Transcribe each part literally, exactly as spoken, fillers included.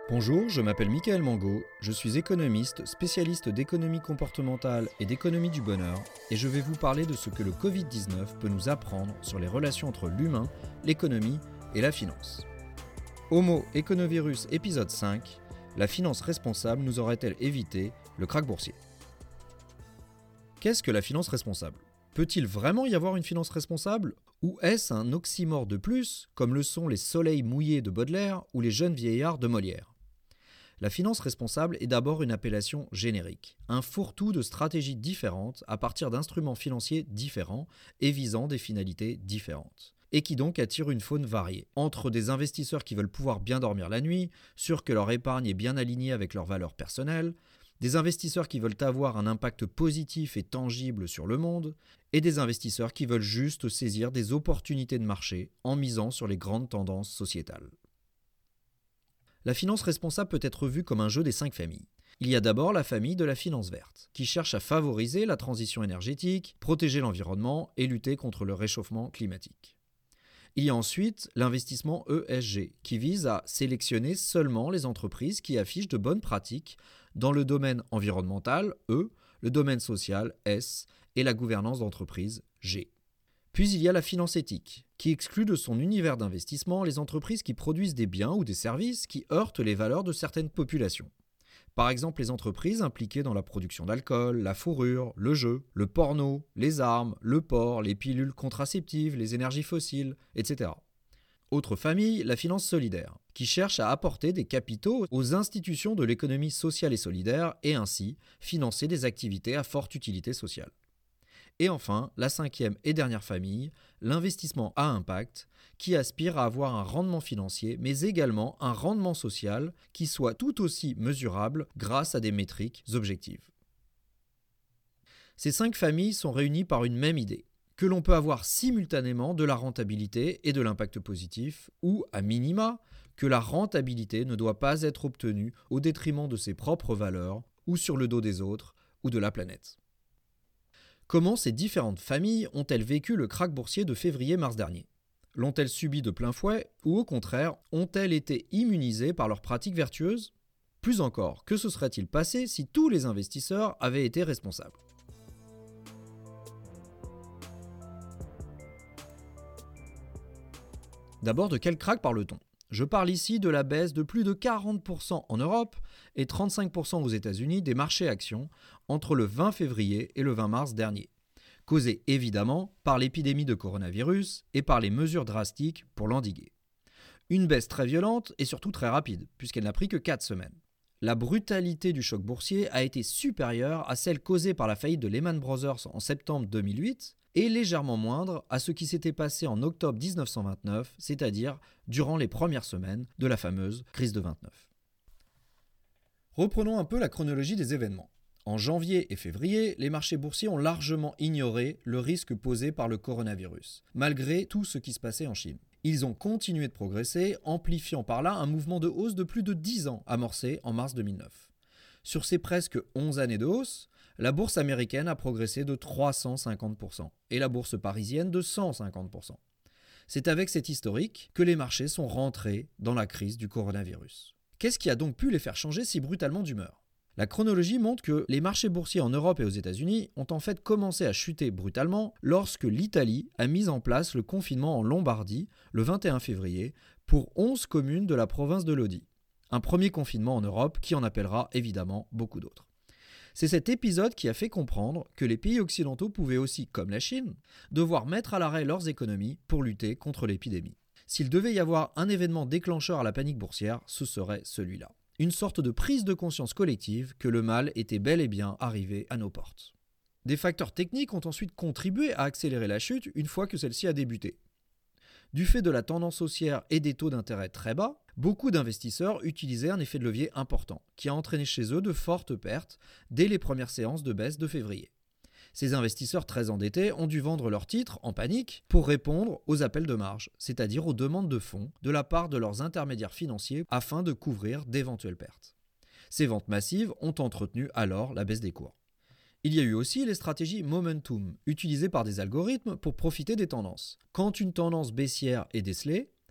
Bonjour, je m'appelle Mickaël Mango, je suis économiste, spécialiste d'économie comportementale et d'économie du bonheur, et je vais vous parler de ce que le covid dix-neuf peut nous apprendre sur les relations entre l'humain, l'économie et la finance. Homo Econovirus épisode cinq, la finance responsable nous aurait-elle évité le krach boursier ? Qu'est-ce que la finance responsable ? Peut-il vraiment y avoir une finance responsable ? Ou est-ce un oxymore de plus, comme le sont les soleils mouillés de Baudelaire ou les jeunes vieillards de Molière ? La finance responsable est d'abord une appellation générique, un fourre-tout de stratégies différentes à partir d'instruments financiers différents et visant des finalités différentes, et qui donc attire une faune variée, entre des investisseurs qui veulent pouvoir bien dormir la nuit, sûrs que leur épargne est bien alignée avec leurs valeurs personnelles, des investisseurs qui veulent avoir un impact positif et tangible sur le monde, et des investisseurs qui veulent juste saisir des opportunités de marché en misant sur les grandes tendances sociétales. La finance responsable peut être vue comme un jeu des cinq familles. Il y a d'abord la famille de la finance verte, qui cherche à favoriser la transition énergétique, protéger l'environnement et lutter contre le réchauffement climatique. Il y a ensuite l'investissement E S G, qui vise à sélectionner seulement les entreprises qui affichent de bonnes pratiques dans le domaine environnemental, E, le domaine social, S, et la gouvernance d'entreprise, G. Puis il y a la finance éthique, qui exclut de son univers d'investissement les entreprises qui produisent des biens ou des services qui heurtent les valeurs de certaines populations. Par exemple, les entreprises impliquées dans la production d'alcool, la fourrure, le jeu, le porno, les armes, le porc, les pilules contraceptives, les énergies fossiles, et cetera. Autre famille, la finance solidaire, qui cherche à apporter des capitaux aux institutions de l'économie sociale et solidaire et ainsi financer des activités à forte utilité sociale. Et enfin, la cinquième et dernière famille, l'investissement à impact, qui aspire à avoir un rendement financier, mais également un rendement social qui soit tout aussi mesurable grâce à des métriques objectives. Ces cinq familles sont réunies par une même idée, que l'on peut avoir simultanément de la rentabilité et de l'impact positif, ou, à minima, que la rentabilité ne doit pas être obtenue au détriment de ses propres valeurs, ou sur le dos des autres, ou de la planète. Comment ces différentes familles ont-elles vécu le krach boursier de février-mars dernier ? L'ont-elles subi de plein fouet ou au contraire, ont-elles été immunisées par leurs pratiques vertueuses ? Plus encore, que se serait-il passé si tous les investisseurs avaient été responsables ? D'abord, de quel krach parle-t-on ? Je parle ici de la baisse de plus de quarante pour cent en Europe et trente-cinq pour cent aux États-Unis des marchés actions entre le vingt février et le vingt mars dernier, causée évidemment par l'épidémie de coronavirus et par les mesures drastiques pour l'endiguer. Une baisse très violente et surtout très rapide, puisqu'elle n'a pris que quatre semaines. La brutalité du choc boursier a été supérieure à celle causée par la faillite de Lehman Brothers en septembre deux mille huit et légèrement moindre à ce qui s'était passé en octobre dix-neuf cent vingt-neuf, c'est-à-dire durant les premières semaines de la fameuse crise de vingt-neuf. Reprenons un peu la chronologie des événements. En janvier et février, les marchés boursiers ont largement ignoré le risque posé par le coronavirus, malgré tout ce qui se passait en Chine. Ils ont continué de progresser, amplifiant par là un mouvement de hausse de plus de dix ans amorcé en mars deux mille neuf. Sur ces presque onze années de hausse, la bourse américaine a progressé de trois cent cinquante pour cent et la bourse parisienne de cent cinquante pour cent. C'est avec cet historique que les marchés sont rentrés dans la crise du coronavirus. Qu'est-ce qui a donc pu les faire changer si brutalement d'humeur ? La chronologie montre que les marchés boursiers en Europe et aux États-Unis ont en fait commencé à chuter brutalement lorsque l'Italie a mis en place le confinement en Lombardie le vingt et un février pour onze communes de la province de Lodi. Un premier confinement en Europe qui en appellera évidemment beaucoup d'autres. C'est cet épisode qui a fait comprendre que les pays occidentaux pouvaient aussi, comme la Chine, devoir mettre à l'arrêt leurs économies pour lutter contre l'épidémie. S'il devait y avoir un événement déclencheur à la panique boursière, ce serait celui-là. Une sorte de prise de conscience collective que le mal était bel et bien arrivé à nos portes. Des facteurs techniques ont ensuite contribué à accélérer la chute une fois que celle-ci a débuté. Du fait de la tendance haussière et des taux d'intérêt très bas, beaucoup d'investisseurs utilisaient un effet de levier important, qui a entraîné chez eux de fortes pertes dès les premières séances de baisse de février. Ces investisseurs très endettés ont dû vendre leurs titres en panique pour répondre aux appels de marge, c'est-à-dire aux demandes de fonds de la part de leurs intermédiaires financiers afin de couvrir d'éventuelles pertes. Ces ventes massives ont entretenu alors la baisse des cours. Il y a eu aussi les stratégies momentum, utilisées par des algorithmes pour profiter des tendances. Quand une tendance baissière est décelée,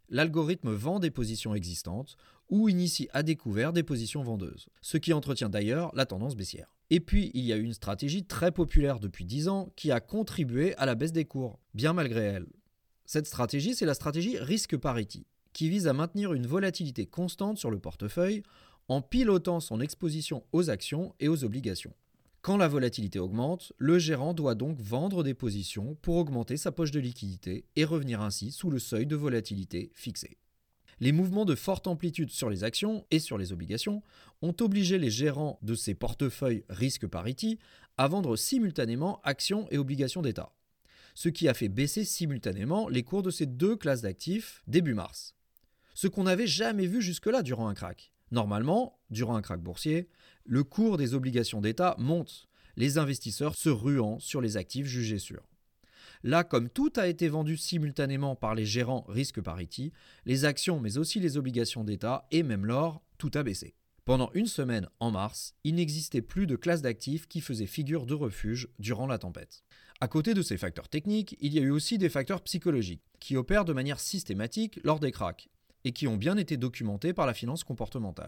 L'algorithme vend des positions existantes ou initie à découvert des positions vendeuses, ce qui entretient d'ailleurs la tendance baissière. Et puis, il y a une stratégie très populaire depuis dix ans qui a contribué à la baisse des cours, bien malgré elle. Cette stratégie, c'est la stratégie Risk Parity, qui vise à maintenir une volatilité constante sur le portefeuille en pilotant son exposition aux actions et aux obligations. Quand la volatilité augmente, le gérant doit donc vendre des positions pour augmenter sa poche de liquidité et revenir ainsi sous le seuil de volatilité fixé. Les mouvements de forte amplitude sur les actions et sur les obligations ont obligé les gérants de ces portefeuilles Risk Parity à vendre simultanément actions et obligations d'État, ce qui a fait baisser simultanément les cours de ces deux classes d'actifs début mars. Ce qu'on n'avait jamais vu jusque-là durant un crack. Normalement, durant un crack boursier, le cours des obligations d'État monte, les investisseurs se ruant sur les actifs jugés sûrs. Là, comme tout a été vendu simultanément par les gérants Risk Parity, les actions mais aussi les obligations d'État et même l'or, tout a baissé. Pendant une semaine, en mars, il n'existait plus de classe d'actifs qui faisaient figure de refuge durant la tempête. À côté de ces facteurs techniques, il y a eu aussi des facteurs psychologiques qui opèrent de manière systématique lors des cracks et qui ont bien été documentés par la finance comportementale.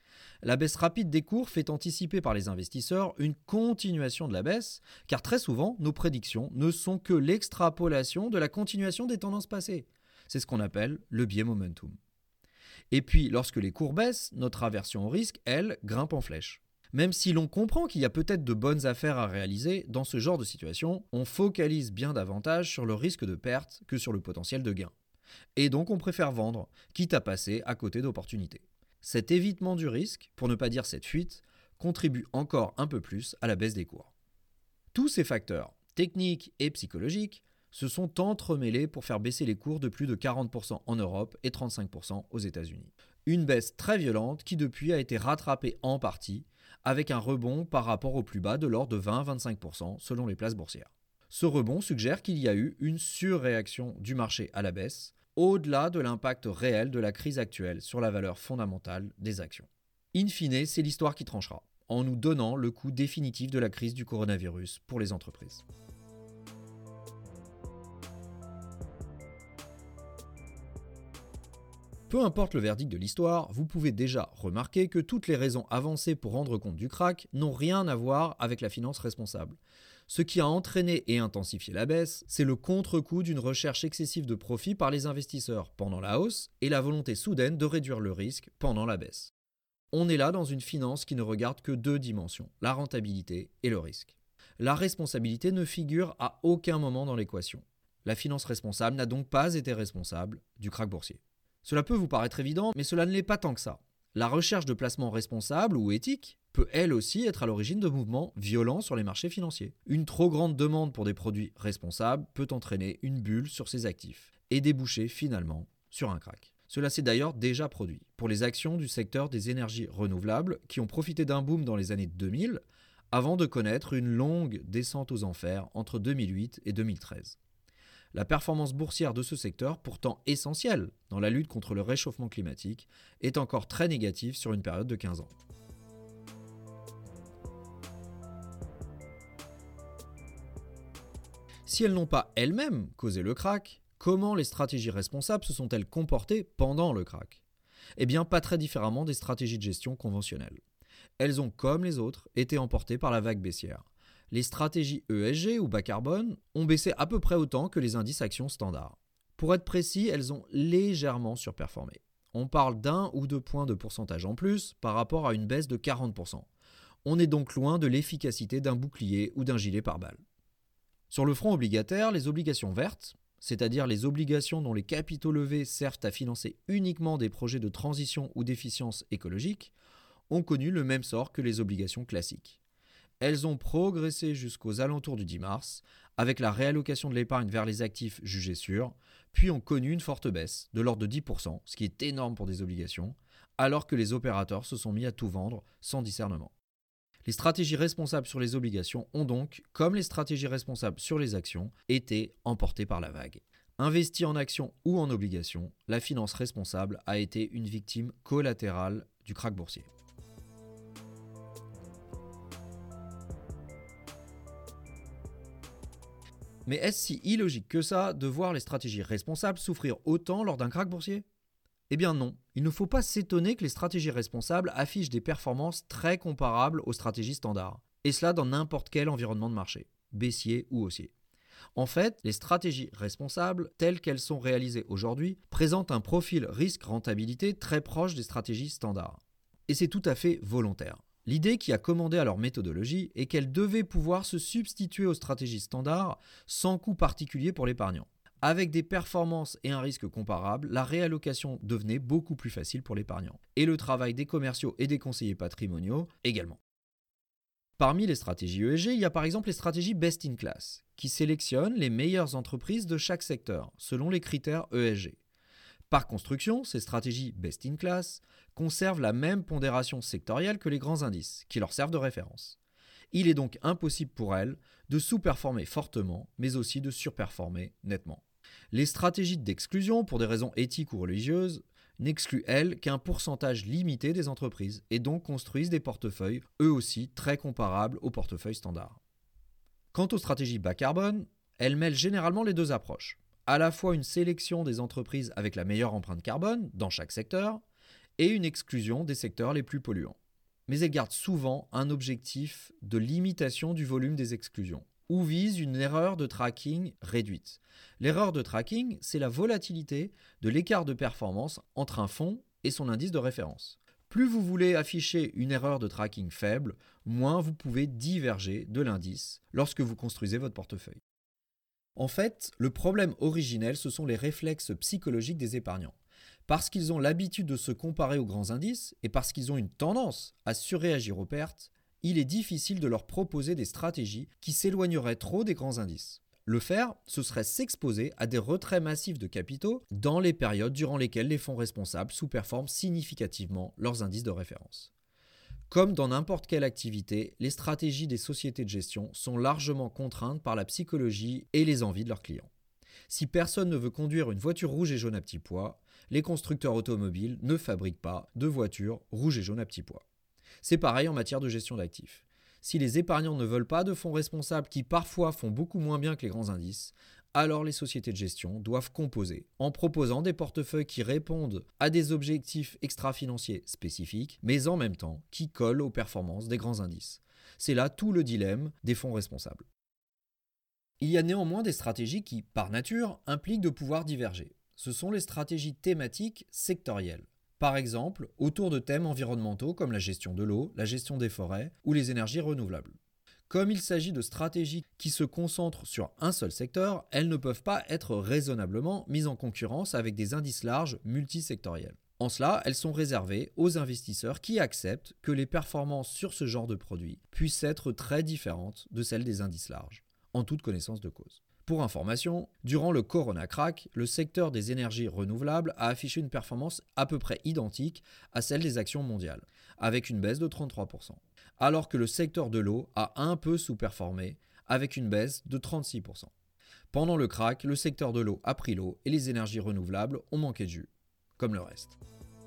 La baisse rapide des cours fait anticiper par les investisseurs une continuation de la baisse, car très souvent, nos prédictions ne sont que l'extrapolation de la continuation des tendances passées. C'est ce qu'on appelle le biais momentum. Et puis, lorsque les cours baissent, notre aversion au risque, elle, grimpe en flèche. Même si l'on comprend qu'il y a peut-être de bonnes affaires à réaliser, dans ce genre de situation, on focalise bien davantage sur le risque de perte que sur le potentiel de gain. Et donc on préfère vendre, quitte à passer à côté d'opportunités. Cet évitement du risque, pour ne pas dire cette fuite, contribue encore un peu plus à la baisse des cours. Tous ces facteurs, techniques et psychologiques, se sont entremêlés pour faire baisser les cours de plus de quarante pour cent en Europe et trente-cinq pour cent aux États-Unis. Une baisse très violente qui depuis a été rattrapée en partie, avec un rebond par rapport au plus bas de l'ordre de vingt à vingt-cinq pour cent selon les places boursières. Ce rebond suggère qu'il y a eu une surréaction du marché à la baisse, au-delà de l'impact réel de la crise actuelle sur la valeur fondamentale des actions. In fine, c'est l'histoire qui tranchera, en nous donnant le coût définitif de la crise du coronavirus pour les entreprises. Peu importe le verdict de l'histoire, vous pouvez déjà remarquer que toutes les raisons avancées pour rendre compte du krach n'ont rien à voir avec la finance responsable. Ce qui a entraîné et intensifié la baisse, c'est le contre-coup d'une recherche excessive de profit par les investisseurs pendant la hausse et la volonté soudaine de réduire le risque pendant la baisse. On est là dans une finance qui ne regarde que deux dimensions, la rentabilité et le risque. La responsabilité ne figure à aucun moment dans l'équation. La finance responsable n'a donc pas été responsable du krach boursier. Cela peut vous paraître évident, mais cela ne l'est pas tant que ça. La recherche de placements responsables ou éthiques peut elle aussi être à l'origine de mouvements violents sur les marchés financiers. Une trop grande demande pour des produits responsables peut entraîner une bulle sur ces actifs et déboucher finalement sur un krach. Cela s'est d'ailleurs déjà produit pour les actions du secteur des énergies renouvelables qui ont profité d'un boom dans les années deux mille avant de connaître une longue descente aux enfers entre deux mille huit et deux mille treize. La performance boursière de ce secteur, pourtant essentiel dans la lutte contre le réchauffement climatique, est encore très négative sur une période de quinze ans. Si elles n'ont pas elles-mêmes causé le krach, comment les stratégies responsables se sont-elles comportées pendant le krach ? Eh bien, pas très différemment des stratégies de gestion conventionnelles. Elles ont, comme les autres, été emportées par la vague baissière. Les stratégies E S G ou bas carbone ont baissé à peu près autant que les indices actions standards. Pour être précis, elles ont légèrement surperformé. On parle d'un ou deux points de pourcentage en plus par rapport à une baisse de quarante pour cent. On est donc loin de l'efficacité d'un bouclier ou d'un gilet pare-balles. Sur le front obligataire, les obligations vertes, c'est-à-dire les obligations dont les capitaux levés servent à financer uniquement des projets de transition ou d'efficience écologique, ont connu le même sort que les obligations classiques. Elles ont progressé jusqu'aux alentours du dix mars, avec la réallocation de l'épargne vers les actifs jugés sûrs, puis ont connu une forte baisse, de l'ordre de dix pour cent, ce qui est énorme pour des obligations, alors que les opérateurs se sont mis à tout vendre sans discernement. Les stratégies responsables sur les obligations ont donc, comme les stratégies responsables sur les actions, été emportées par la vague. Investie en actions ou en obligations, la finance responsable a été une victime collatérale du krach boursier. Mais est-ce si illogique que ça de voir les stratégies responsables souffrir autant lors d'un krach boursier ? Eh bien non, il ne faut pas s'étonner que les stratégies responsables affichent des performances très comparables aux stratégies standards, et cela dans n'importe quel environnement de marché, baissier ou haussier. En fait, les stratégies responsables, telles qu'elles sont réalisées aujourd'hui, présentent un profil risque-rentabilité très proche des stratégies standards. Et c'est tout à fait volontaire. L'idée qui a commandé à leur méthodologie est qu'elles devaient pouvoir se substituer aux stratégies standards sans coût particulier pour l'épargnant. Avec des performances et un risque comparables, la réallocation devenait beaucoup plus facile pour l'épargnant. Et le travail des commerciaux et des conseillers patrimoniaux également. Parmi les stratégies E S G, il y a par exemple les stratégies Best in Class, qui sélectionnent les meilleures entreprises de chaque secteur, selon les critères E S G. Par construction, ces stratégies Best in Class conservent la même pondération sectorielle que les grands indices, qui leur servent de référence. Il est donc impossible pour elles de sous-performer fortement, mais aussi de surperformer nettement. Les stratégies d'exclusion, pour des raisons éthiques ou religieuses, n'excluent, elles, qu'un pourcentage limité des entreprises et donc construisent des portefeuilles, eux aussi très comparables aux portefeuilles standards. Quant aux stratégies bas carbone, elles mêlent généralement les deux approches. À la fois une sélection des entreprises avec la meilleure empreinte carbone dans chaque secteur et une exclusion des secteurs les plus polluants. Mais elles gardent souvent un objectif de limitation du volume des exclusions, ou visent une erreur de tracking réduite. L'erreur de tracking, c'est la volatilité de l'écart de performance entre un fonds et son indice de référence. Plus vous voulez afficher une erreur de tracking faible, moins vous pouvez diverger de l'indice lorsque vous construisez votre portefeuille. En fait, le problème originel, ce sont les réflexes psychologiques des épargnants. Parce qu'ils ont l'habitude de se comparer aux grands indices et parce qu'ils ont une tendance à surréagir aux pertes, il est difficile de leur proposer des stratégies qui s'éloigneraient trop des grands indices. Le faire, ce serait s'exposer à des retraits massifs de capitaux dans les périodes durant lesquelles les fonds responsables sous-performent significativement leurs indices de référence. Comme dans n'importe quelle activité, les stratégies des sociétés de gestion sont largement contraintes par la psychologie et les envies de leurs clients. Si personne ne veut conduire une voiture rouge et jaune à petits pois, les constructeurs automobiles ne fabriquent pas de voitures rouges et jaunes à petits pois. C'est pareil en matière de gestion d'actifs. Si les épargnants ne veulent pas de fonds responsables qui parfois font beaucoup moins bien que les grands indices, alors les sociétés de gestion doivent composer en proposant des portefeuilles qui répondent à des objectifs extra-financiers spécifiques, mais en même temps qui collent aux performances des grands indices. C'est là tout le dilemme des fonds responsables. Il y a néanmoins des stratégies qui, par nature, impliquent de pouvoir diverger. Ce sont les stratégies thématiques sectorielles. Par exemple, autour de thèmes environnementaux comme la gestion de l'eau, la gestion des forêts ou les énergies renouvelables. Comme il s'agit de stratégies qui se concentrent sur un seul secteur, elles ne peuvent pas être raisonnablement mises en concurrence avec des indices larges multisectoriels. En cela, elles sont réservées aux investisseurs qui acceptent que les performances sur ce genre de produits puissent être très différentes de celles des indices larges, en toute connaissance de cause. Pour information, durant le Corona Crack, le secteur des énergies renouvelables a affiché une performance à peu près identique à celle des actions mondiales, avec une baisse de trente-trois pour cent, alors que le secteur de l'eau a un peu sous-performé, avec une baisse de trente-six pour cent. Pendant le crack, le secteur de l'eau a pris l'eau et les énergies renouvelables ont manqué de jus, comme le reste.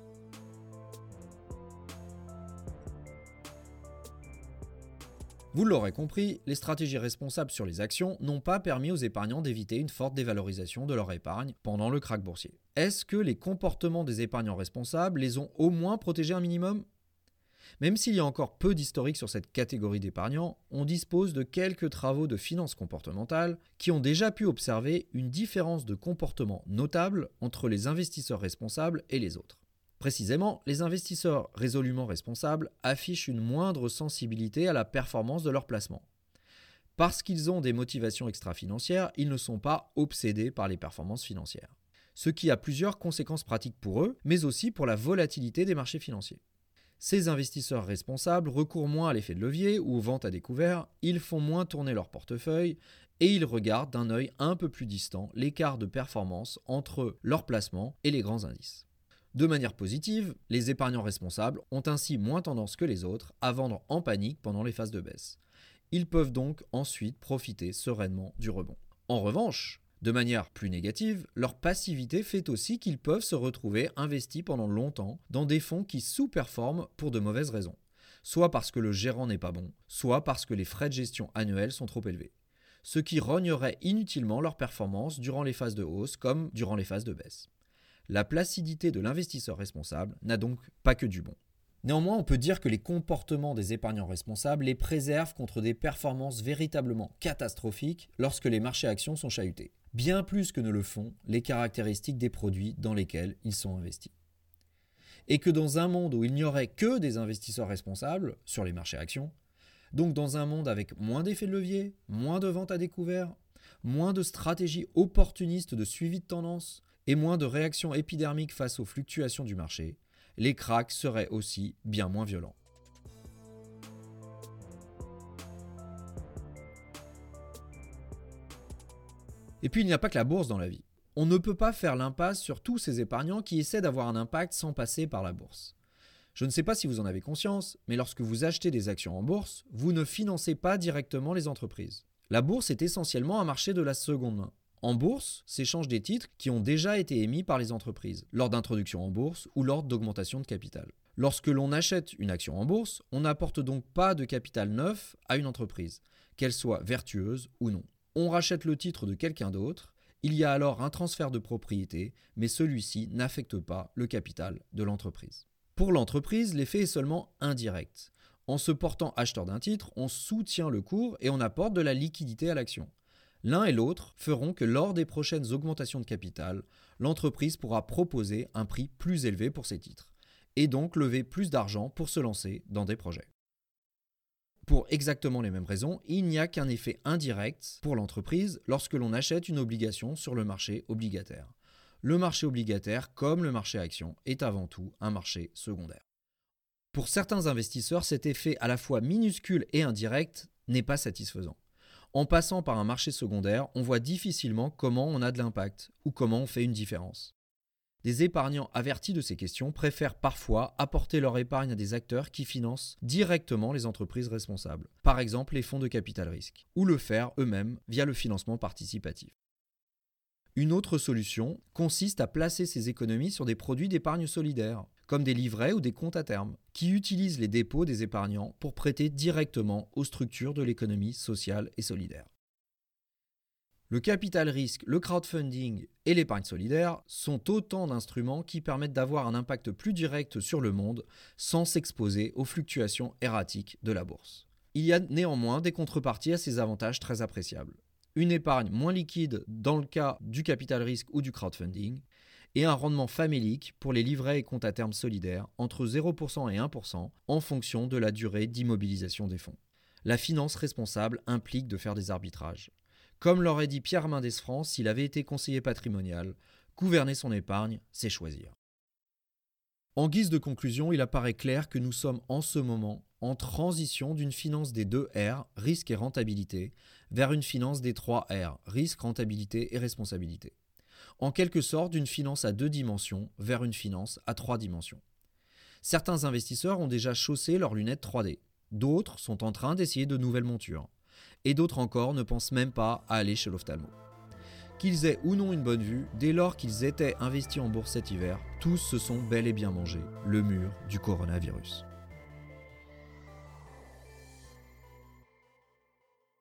Vous l'aurez compris, les stratégies responsables sur les actions n'ont pas permis aux épargnants d'éviter une forte dévalorisation de leur épargne pendant le krach boursier. Est-ce que les comportements des épargnants responsables les ont au moins protégés un minimum ? Même s'il y a encore peu d'historique sur cette catégorie d'épargnants, on dispose de quelques travaux de finance comportementale qui ont déjà pu observer une différence de comportement notable entre les investisseurs responsables et les autres. Précisément, les investisseurs résolument responsables affichent une moindre sensibilité à la performance de leurs placements. Parce qu'ils ont des motivations extra-financières, ils ne sont pas obsédés par les performances financières. Ce qui a plusieurs conséquences pratiques pour eux, mais aussi pour la volatilité des marchés financiers. Ces investisseurs responsables recourent moins à l'effet de levier ou aux ventes à découvert, ils font moins tourner leur portefeuille et ils regardent d'un œil un peu plus distant l'écart de performance entre leurs placements et les grands indices. De manière positive, les épargnants responsables ont ainsi moins tendance que les autres à vendre en panique pendant les phases de baisse. Ils peuvent donc ensuite profiter sereinement du rebond. En revanche, de manière plus négative, leur passivité fait aussi qu'ils peuvent se retrouver investis pendant longtemps dans des fonds qui sous-performent pour de mauvaises raisons, soit parce que le gérant n'est pas bon, soit parce que les frais de gestion annuels sont trop élevés. ce qui rognerait inutilement leur performance durant les phases de hausse comme durant les phases de baisse. La placidité de l'investisseur responsable n'a donc pas que du bon. Néanmoins, on peut dire que les comportements des épargnants responsables les préservent contre des performances véritablement catastrophiques lorsque les marchés actions sont chahutés, bien plus que ne le font les caractéristiques des produits dans lesquels ils sont investis. Et que dans un monde où il n'y aurait que des investisseurs responsables sur les marchés actions, donc dans un monde avec moins d'effets de levier, moins de ventes à découvert, moins de stratégies opportunistes de suivi de tendance et moins de réactions épidermiques face aux fluctuations du marché, les cracks seraient aussi bien moins violents. Et puis il n'y a pas que la bourse dans la vie. On ne peut pas faire l'impasse sur tous ces épargnants qui essaient d'avoir un impact sans passer par la bourse. Je ne sais pas si vous en avez conscience, mais lorsque vous achetez des actions en bourse, vous ne financez pas directement les entreprises. La bourse est essentiellement un marché de la seconde main. En bourse, s'échangent des titres qui ont déjà été émis par les entreprises, lors d'introduction en bourse ou lors d'augmentation de capital. Lorsque l'on achète une action en bourse, on n'apporte donc pas de capital neuf à une entreprise, qu'elle soit vertueuse ou non. On rachète le titre de quelqu'un d'autre, il y a alors un transfert de propriété, mais celui-ci n'affecte pas le capital de l'entreprise. Pour l'entreprise, l'effet est seulement indirect. En se portant acheteur d'un titre, on soutient le cours et on apporte de la liquidité à l'action. L'un et l'autre feront que lors des prochaines augmentations de capital, l'entreprise pourra proposer un prix plus élevé pour ses titres, et donc lever plus d'argent pour se lancer dans des projets. Pour exactement les mêmes raisons, il n'y a qu'un effet indirect pour l'entreprise lorsque l'on achète une obligation sur le marché obligataire. Le marché obligataire, comme le marché action, est avant tout un marché secondaire. Pour certains investisseurs, cet effet à la fois minuscule et indirect n'est pas satisfaisant. En passant par un marché secondaire, on voit difficilement comment on a de l'impact ou comment on fait une différence. Des épargnants avertis de ces questions préfèrent parfois apporter leur épargne à des acteurs qui financent directement les entreprises responsables, par exemple les fonds de capital risque, ou le faire eux-mêmes via le financement participatif. Une autre solution consiste à placer ces économies sur des produits d'épargne solidaire, comme des livrets ou des comptes à terme, qui utilisent les dépôts des épargnants pour prêter directement aux structures de l'économie sociale et solidaire. Le capital risque, le crowdfunding et l'épargne solidaire sont autant d'instruments qui permettent d'avoir un impact plus direct sur le monde sans s'exposer aux fluctuations erratiques de la bourse. Il y a néanmoins des contreparties à ces avantages très appréciables. Une épargne moins liquide dans le cas du capital risque ou du crowdfunding, et un rendement famélique pour les livrets et comptes à terme solidaires entre zéro pour cent et un pour cent en fonction de la durée d'immobilisation des fonds. La finance responsable implique de faire des arbitrages. Comme l'aurait dit Pierre Mendès France s'il avait été conseiller patrimonial, gouverner son épargne, c'est choisir. En guise de conclusion, il apparaît clair que nous sommes en ce moment en transition d'une finance des deux R, risque et rentabilité, vers une finance des trois R, risque, rentabilité et responsabilité. En quelque sorte, d'une finance à deux dimensions vers une finance à trois dimensions. Certains investisseurs ont déjà chaussé leurs lunettes trois D, d'autres sont en train d'essayer de nouvelles montures, et d'autres encore ne pensent même pas à aller chez l'ophtalmo. Qu'ils aient ou non une bonne vue, dès lors qu'ils étaient investis en bourse cet hiver, tous se sont bel et bien mangés le mur du coronavirus.